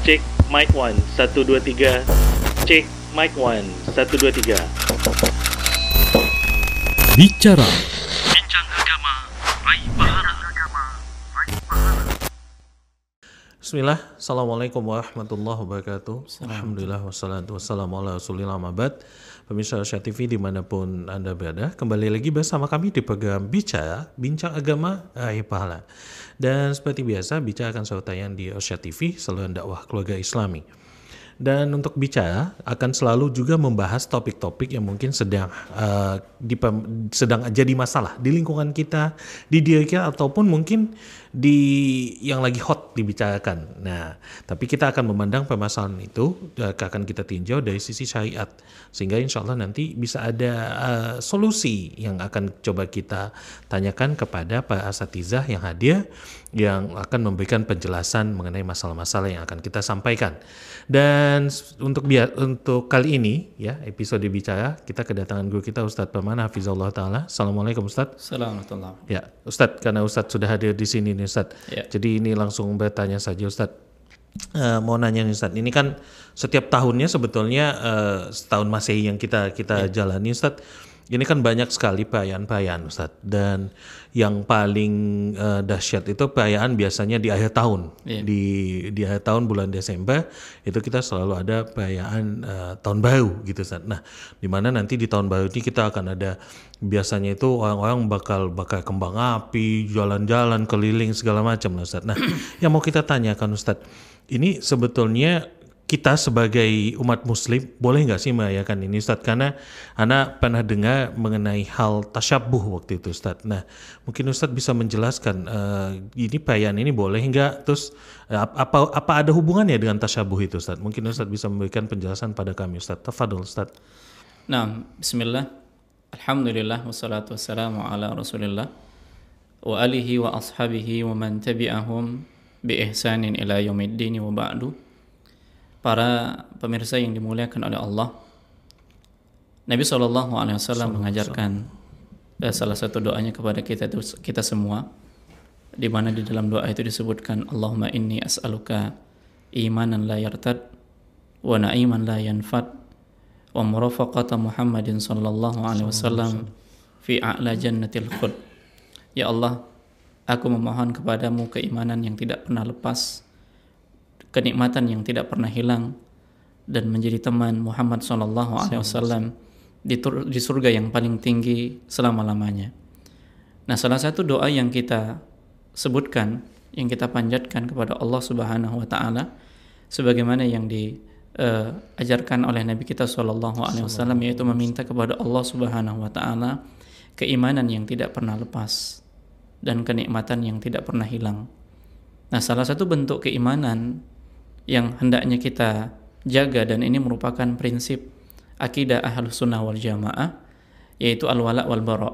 Cek mic 1 1 2 3. Cek mic 1 1 2 3. Bicara Bincang agama, raih pahala. Bismillah, Assalamualaikum warahmatullahi wabarakatuh. Alhamdulillah, wassalatu wassalamu ala rasulillah ma'bad. Pemirsa Asia TV dimanapun Anda berada, kembali lagi bersama kami di program Bicara, Bincang Agama, Raih Pahala. Dan seperti biasa, Bicara akan selalu tayang di Asia TV, saluran dakwah keluarga Islami. Dan untuk bicara akan selalu juga membahas topik-topik yang mungkin sedang jadi masalah di lingkungan kita, di diri kita, ataupun mungkin yang lagi hot dibicarakan. Nah, tapi kita akan memandang permasalahan itu akan kita tinjau dari sisi syariat, sehingga insya Allah nanti bisa ada solusi yang akan coba kita tanyakan kepada para asatizah yang hadir, yang akan memberikan penjelasan mengenai masalah-masalah yang akan kita sampaikan. Dan untuk kali ini ya, episode bicara, kita kedatangan guru kita Ustadz Permana Hafizahullah Ta'ala. Assalamualaikum Ustadz. Assalamualaikum. Ya Ustadz, karena Ustadz sudah hadir di sini nih Ustadz, Ya. jadi ini langsung bertanya saja Ustadz. Mau nanya nih Ustadz, ini kan setiap tahunnya sebetulnya setahun Masehi yang kita jalani Ustadz, ini kan banyak sekali perayaan-perayaan Ustadz, dan yang paling dahsyat itu perayaan biasanya di akhir tahun. Di akhir tahun bulan Desember itu kita selalu ada perayaan tahun baru gitu Ustadz. Nah, di mana nanti di tahun baru ini kita akan ada, biasanya itu orang-orang bakal kembang api, jalan-jalan keliling segala macam lah Ustadz. Nah, yang mau kita tanyakan Ustadz, ini sebetulnya kita sebagai umat muslim boleh nggak sih merayakan ini Ustadz? Karena anak pernah dengar mengenai hal tasyabuh waktu itu Ustadz. Nah, mungkin Ustadz bisa menjelaskan ini perayaan ini boleh nggak? Terus apa ada hubungannya dengan tasyabuh itu Ustadz? Mungkin Ustadz bisa memberikan penjelasan pada kami Ustadz. Tafadhol Ustadz. Nah, bismillah. Alhamdulillah wassalatu wassalamu ala Rasulillah wa alihi wa ashabihi wa man tabi'ahum bi ihsanin ila yaumiddin wa ba'du. Para pemirsa yang dimuliakan oleh Allah, Nabi SAW mengajarkan salah satu doanya kepada kita semua, di mana di dalam doa itu disebutkan Allahumma inni as'aluka imanan la yartad wa na'iman la yanfad wa murafaqata Muhammadin sallallahu alaihi wasallam fi a'la jannatil khuld. Ya Allah, aku memohon kepadamu keimanan yang tidak pernah lepas, kenikmatan yang tidak pernah hilang, dan menjadi teman Muhammad SAW di surga yang paling tinggi selama-lamanya. Nah, salah satu doa yang kita sebutkan, yang kita panjatkan kepada Allah Subhanahu wa Ta'ala, sebagaimana yang diajarkan oleh Nabi kita SAW, yaitu meminta kepada Allah Subhanahu wa Ta'ala keimanan yang tidak pernah lepas dan kenikmatan yang tidak pernah hilang. Nah, salah satu bentuk keimanan yang hendaknya kita jaga, dan ini merupakan prinsip akidah Ahlus Sunnah wal Jamaah, yaitu al-wala wal bara.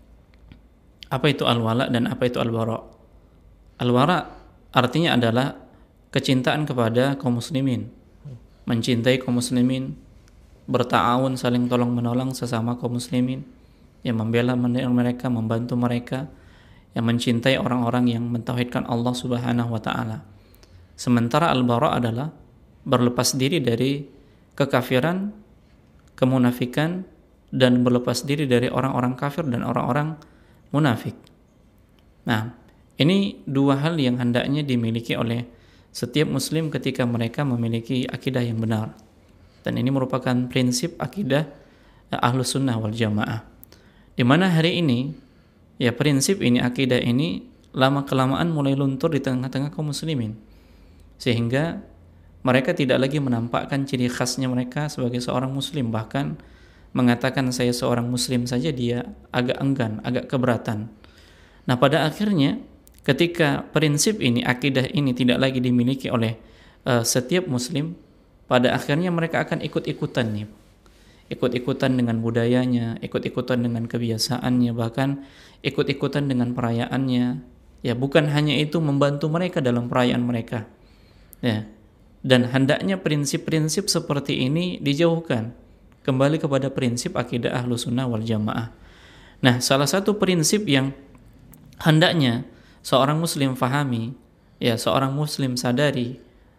Apa itu al-wala dan apa itu al-bara? Al-wala artinya adalah kecintaan kepada kaum muslimin, mencintai kaum muslimin, berta'awun, saling tolong menolong sesama kaum muslimin, yang membela mereka, membantu mereka, yang mencintai orang-orang yang mentauhidkan Allah Subhanahu wa Ta'ala. Sementara al-bara adalah berlepas diri dari kekafiran, kemunafikan, dan berlepas diri dari orang-orang kafir dan orang-orang munafik. Nah, ini dua hal yang hendaknya dimiliki oleh setiap muslim ketika mereka memiliki akidah yang benar. Dan ini merupakan prinsip akidah Ahlus Sunnah wal Jamaah. Di mana hari ini, ya, prinsip ini, akidah ini lama-kelamaan mulai luntur di tengah-tengah kaum muslimin, sehingga mereka tidak lagi menampakkan ciri khasnya mereka sebagai seorang muslim. Bahkan mengatakan saya seorang muslim saja dia agak enggan, agak keberatan. Nah, pada akhirnya ketika prinsip ini, akidah ini tidak lagi dimiliki oleh setiap muslim, pada akhirnya mereka akan ikut-ikutan nih. Ikut-ikutan dengan budayanya, ikut-ikutan dengan kebiasaannya, bahkan ikut-ikutan dengan perayaannya. Ya, bukan hanya itu, membantu mereka dalam perayaan mereka. Ya. Dan hendaknya prinsip-prinsip seperti ini dijauhkan, kembali kepada prinsip akidah Ahlus Sunnah wal Jamaah. Nah, salah satu prinsip yang hendaknya seorang muslim fahami, ya, seorang muslim sadari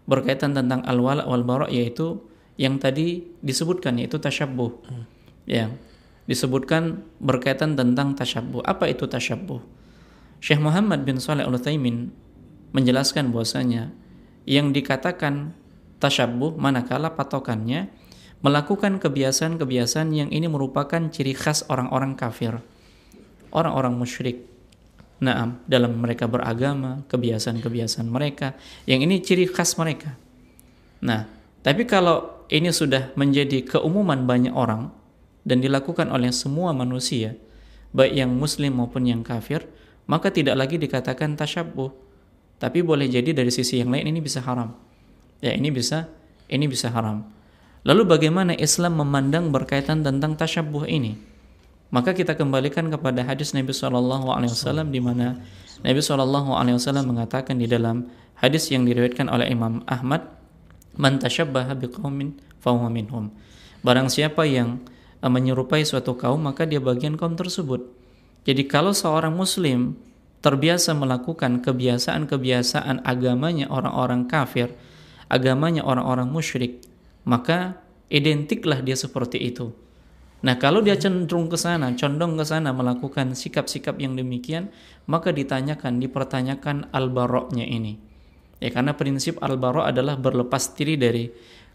berkaitan tentang al-wala wal bara, yaitu yang tadi disebutkan, yaitu tasyabbuh. Ya, disebutkan berkaitan tentang tasyabbuh. Apa itu tasyabbuh? Syekh Muhammad bin Shalih Al-Utsaimin menjelaskan bahwasanya yang dikatakan tasyabbuh manakala patokannya melakukan kebiasaan-kebiasaan yang ini merupakan ciri khas orang-orang kafir, orang-orang musyrik. Naam, dalam mereka beragama, kebiasaan-kebiasaan mereka, yang ini ciri khas mereka. Nah, tapi kalau ini sudah menjadi keumuman banyak orang dan dilakukan oleh semua manusia, baik yang muslim maupun yang kafir, maka tidak lagi dikatakan tasyabbuh. Tapi boleh jadi dari sisi yang lain ini bisa haram. Ya, ini bisa haram. Lalu bagaimana Islam memandang berkaitan tentang tasyabbuh ini? Maka kita kembalikan kepada hadis Nabi SAW, di mana Nabi SAW mengatakan di dalam hadis yang diriwayatkan oleh Imam Ahmad, man tasyabbaha biqaumin fahuwa minhum. Barang siapa yang menyerupai suatu kaum, maka dia bagian kaum tersebut. Jadi kalau seorang muslim terbiasa melakukan kebiasaan-kebiasaan agamanya orang-orang kafir, agamanya orang-orang musyrik, maka identiklah dia seperti itu. Nah, kalau dia cenderung ke sana, condong ke sana melakukan sikap-sikap yang demikian, maka dipertanyakan al-bara'-nya ini. Ya, karena prinsip al-bara' adalah berlepas diri dari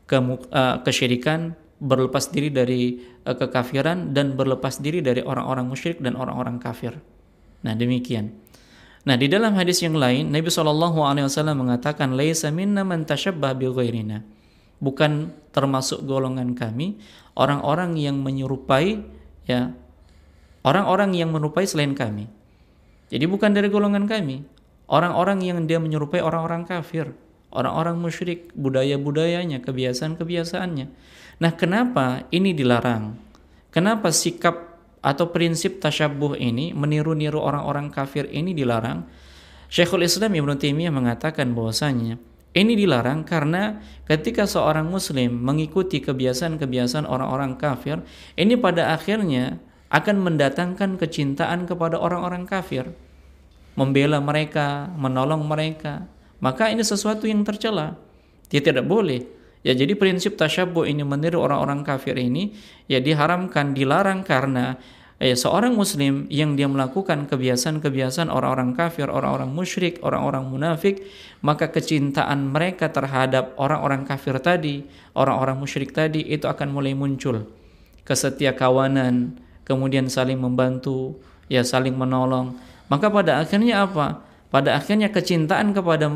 kesyirikan, berlepas diri dari kekafiran, dan berlepas diri dari orang-orang musyrik dan orang-orang kafir. Nah, demikian. Nah, di dalam hadis yang lain, Nabi SAW mengatakan, laisa minna man tasyabbah bi ghairina. Bukan termasuk golongan kami orang-orang yang menyerupai, ya, orang-orang yang menyerupai selain kami. Jadi bukan dari golongan kami orang-orang yang dia menyerupai orang-orang kafir, orang-orang musyrik, budaya-budayanya, kebiasaan-kebiasaannya. Nah, kenapa ini dilarang? Kenapa sikap atau prinsip tasyabbuh ini, meniru-niru orang-orang kafir ini dilarang? Syekhul Islam Ibnu Taimiyah mengatakan bahwasanya ini dilarang karena ketika seorang muslim mengikuti kebiasaan-kebiasaan orang-orang kafir, ini pada akhirnya akan mendatangkan kecintaan kepada orang-orang kafir, membela mereka, menolong mereka. Maka ini sesuatu yang tercela. Dia tidak boleh. Ya, jadi prinsip tasyabbuh ini, meniru orang-orang kafir ini, ya diharamkan, dilarang karena seorang muslim yang dia melakukan kebiasaan-kebiasaan orang-orang kafir, orang-orang musyrik, orang-orang munafik, maka kecintaan mereka terhadap orang-orang kafir tadi, orang-orang musyrik tadi, itu akan mulai muncul kesetiakawanan, kemudian saling membantu, ya saling menolong. Maka pada akhirnya apa? Pada akhirnya kecintaan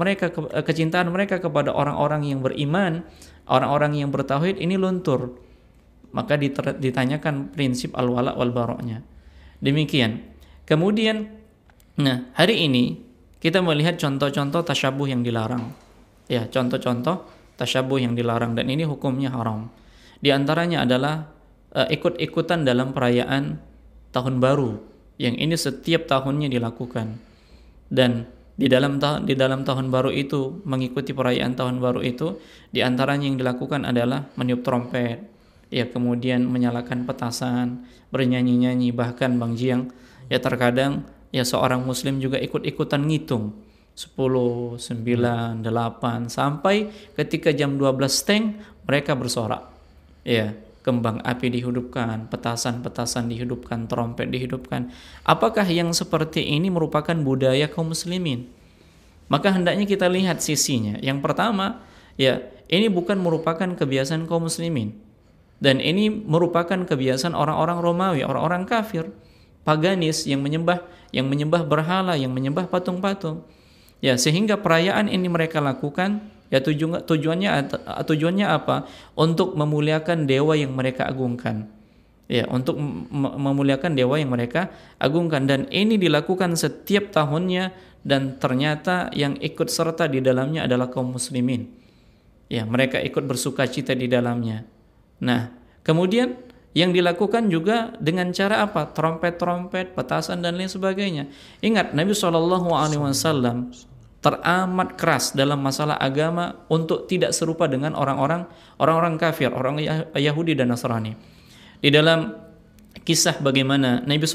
mereka kepada orang-orang yang beriman, orang-orang yang bertauhid ini luntur. Maka ditanyakan prinsip al-wala wal bara'-nya. Demikian. Kemudian, nah, hari ini kita melihat contoh-contoh tasyabbuh yang dilarang. Ya, contoh-contoh tasyabbuh yang dilarang, dan ini hukumnya haram. Di antaranya adalah ikut-ikutan dalam perayaan tahun baru, yang ini setiap tahunnya dilakukan. Dan di dalam tahun baru itu, mengikuti perayaan tahun baru itu, di antaranya yang dilakukan adalah meniup trompet, ya, kemudian menyalakan petasan, bernyanyi-nyanyi, bahkan Bang Jiang, ya terkadang ya seorang muslim juga ikut-ikutan ngitung 10, 9, 8 sampai ketika jam 12 teng mereka bersorak. Ya, kembang api dihidupkan, petasan-petasan dihidupkan, trompet dihidupkan. Apakah yang seperti ini merupakan budaya kaum muslimin? Maka hendaknya kita lihat sisinya. Yang pertama, ya, ini bukan merupakan kebiasaan kaum muslimin. Dan ini merupakan kebiasaan orang-orang Romawi, orang-orang kafir, paganis yang menyembah berhala, yang menyembah patung-patung. Ya, sehingga perayaan ini mereka lakukan, ya tujuannya apa? Untuk memuliakan dewa yang mereka agungkan. Ya, untuk memuliakan dewa yang mereka agungkan, dan ini dilakukan setiap tahunnya, dan ternyata yang ikut serta di dalamnya adalah kaum muslimin. Ya, mereka ikut bersukacita di dalamnya. Nah, kemudian yang dilakukan juga dengan cara apa? Trompet-trompet, petasan dan lain sebagainya. Ingat, Nabi SAW teramat keras dalam masalah agama untuk tidak serupa dengan orang-orang kafir, orang Yahudi dan Nasrani. Di dalam kisah bagaimana Nabi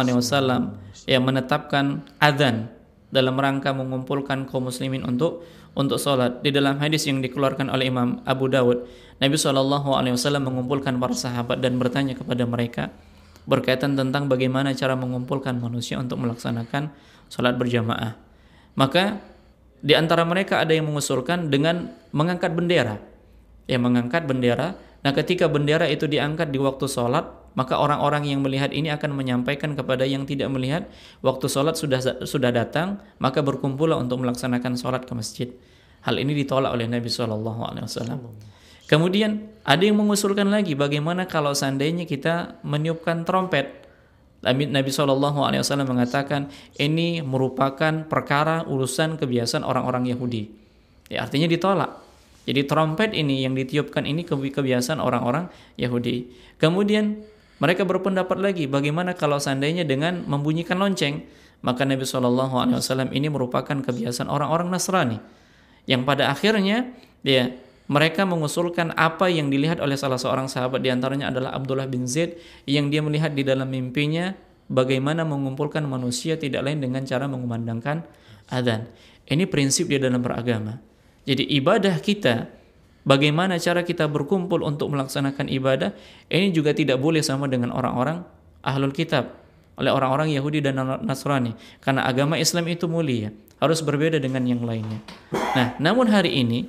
SAW yang menetapkan adzan dalam rangka mengumpulkan kaum muslimin untuk untuk sholat. Di dalam hadis yang dikeluarkan oleh Imam Abu Dawud, Nabi SAW mengumpulkan para sahabat dan bertanya kepada mereka berkaitan tentang bagaimana cara mengumpulkan manusia untuk melaksanakan sholat berjamaah. Maka di antara mereka ada yang mengusulkan dengan mengangkat bendera. Mengangkat bendera. Nah, ketika bendera itu diangkat di waktu sholat, maka orang-orang yang melihat ini akan menyampaikan kepada yang tidak melihat, waktu sholat sudah datang, maka berkumpullah untuk melaksanakan sholat ke masjid. Hal ini ditolak oleh Nabi SAW. Kemudian ada yang mengusulkan lagi, bagaimana kalau seandainya kita meniupkan trompet? Nabi SAW mengatakan ini merupakan perkara urusan kebiasaan orang-orang Yahudi. Artinya ditolak. Jadi trompet ini yang ditiupkan ini kebiasaan orang-orang Yahudi. Kemudian mereka berpendapat lagi, bagaimana kalau seandainya dengan membunyikan lonceng? Maka Nabi SAW ini merupakan kebiasaan orang-orang Nasrani. Yang pada akhirnya mereka mengusulkan apa yang dilihat oleh salah seorang sahabat, diantaranya adalah Abdullah bin Zaid, yang dia melihat di dalam mimpinya bagaimana mengumpulkan manusia tidak lain dengan cara mengumandangkan adzan. Ini prinsip di dalam beragama. Jadi ibadah kita, bagaimana cara kita berkumpul untuk melaksanakan ibadah, ini juga tidak boleh sama dengan orang-orang ahlul kitab, oleh orang-orang Yahudi dan Nasrani. Karena agama Islam itu mulia, harus berbeda dengan yang lainnya. Nah, namun hari ini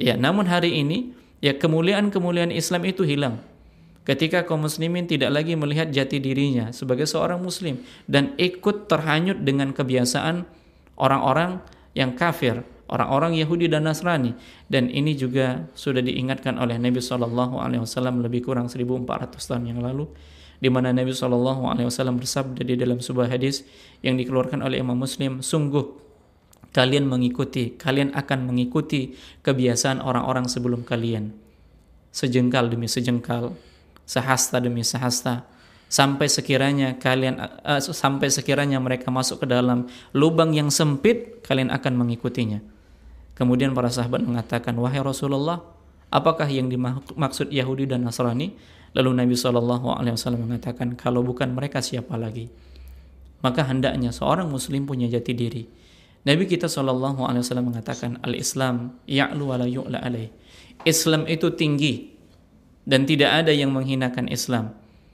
kemuliaan-kemuliaan Islam itu hilang. Ketika kaum muslimin tidak lagi melihat jati dirinya sebagai seorang muslim dan ikut terhanyut dengan kebiasaan orang-orang yang kafir, orang-orang Yahudi dan Nasrani. Dan ini juga sudah diingatkan oleh Nabi SAW lebih kurang 1400 tahun yang lalu, di mana Nabi SAW bersabda di dalam sebuah hadis yang dikeluarkan oleh Imam Muslim, sungguh kalian akan mengikuti kebiasaan orang-orang sebelum kalian, sejengkal demi sejengkal, sehasta demi sehasta, sampai sekiranya mereka masuk ke dalam lubang yang sempit, kalian akan mengikutinya. Kemudian para sahabat mengatakan, wahai Rasulullah, apakah yang dimaksud Yahudi dan Nasrani? Lalu Nabi SAW mengatakan, kalau bukan mereka siapa lagi? Maka hendaknya seorang muslim punya jati diri. Nabi kita SAW mengatakan, al-Islam ya'lu wa la yu'la alaih. Islam itu tinggi dan tidak ada yang menghinakan Islam.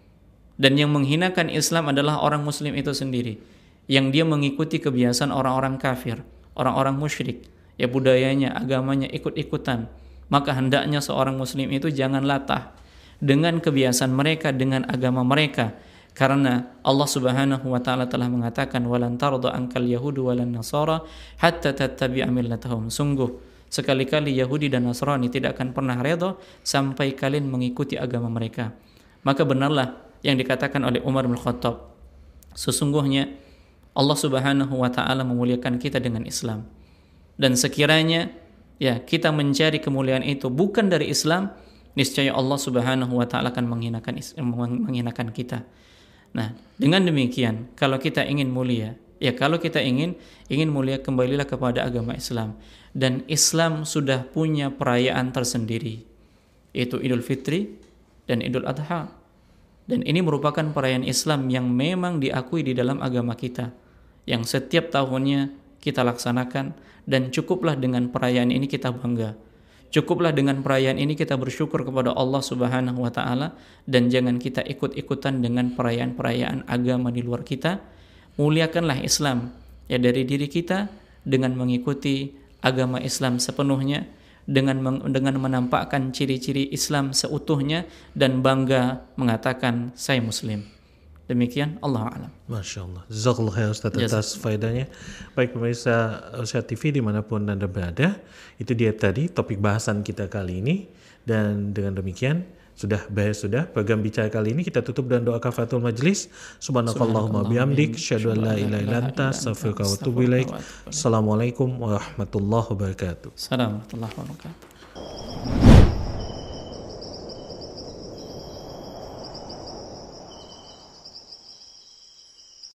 Dan yang menghinakan Islam adalah orang muslim itu sendiri, yang dia mengikuti kebiasaan orang-orang kafir, orang-orang musyrik, budayanya, agamanya ikut-ikutan. Maka hendaknya seorang muslim itu jangan latah dengan kebiasaan mereka, dengan agama mereka. Karena Allah Subhanahu wa taala telah mengatakan, walan tarda ankal yahudu walan nasara hatta tattabi'a millatahum. Sungguh sekali-kali Yahudi dan Nasrani tidak akan pernah redha sampai kalian mengikuti agama mereka. Maka benarlah yang dikatakan oleh Umar bin Khattab, sesungguhnya Allah Subhanahu wa taala memuliakan kita dengan Islam. Dan sekiranya kita mencari kemuliaan itu bukan dari Islam, niscaya Allah Subhanahu wa taala akan menghinakan kita. Nah, dengan demikian kalau kita ingin mulia, kalau kita ingin mulia, kembalilah kepada agama Islam. Dan Islam sudah punya perayaan tersendiri, yaitu Idul Fitri dan Idul Adha. Dan ini merupakan perayaan Islam yang memang diakui di dalam agama kita, yang setiap tahunnya kita laksanakan. Dan cukuplah dengan perayaan ini kita bangga. Cukuplah dengan perayaan ini kita bersyukur kepada Allah Subhanahu wa taala, dan jangan kita ikut-ikutan dengan perayaan-perayaan agama di luar kita. Muliakanlah Islam dari diri kita dengan mengikuti agama Islam sepenuhnya, dengan menampakkan ciri-ciri Islam seutuhnya dan bangga mengatakan saya muslim. Demikian, Allahu a'lam. Masya Allah. Jazakallah khair Ustaz atas faedahnya. Baik pemirsa Syah TV dimanapun Anda berada, itu dia tadi topik bahasan kita kali ini. Dan dengan demikian sudah program bicara kali ini kita tutup dengan doa kafaratul majlis. Subhanakallahumma bihamdik, asyhadu an la ilaha illa anta, astaghfiruka wa atubu ilaik. Assalamualaikum warahmatullahi wabarakatuh. Assalamualaikum warahmatullahi wabarakatuh.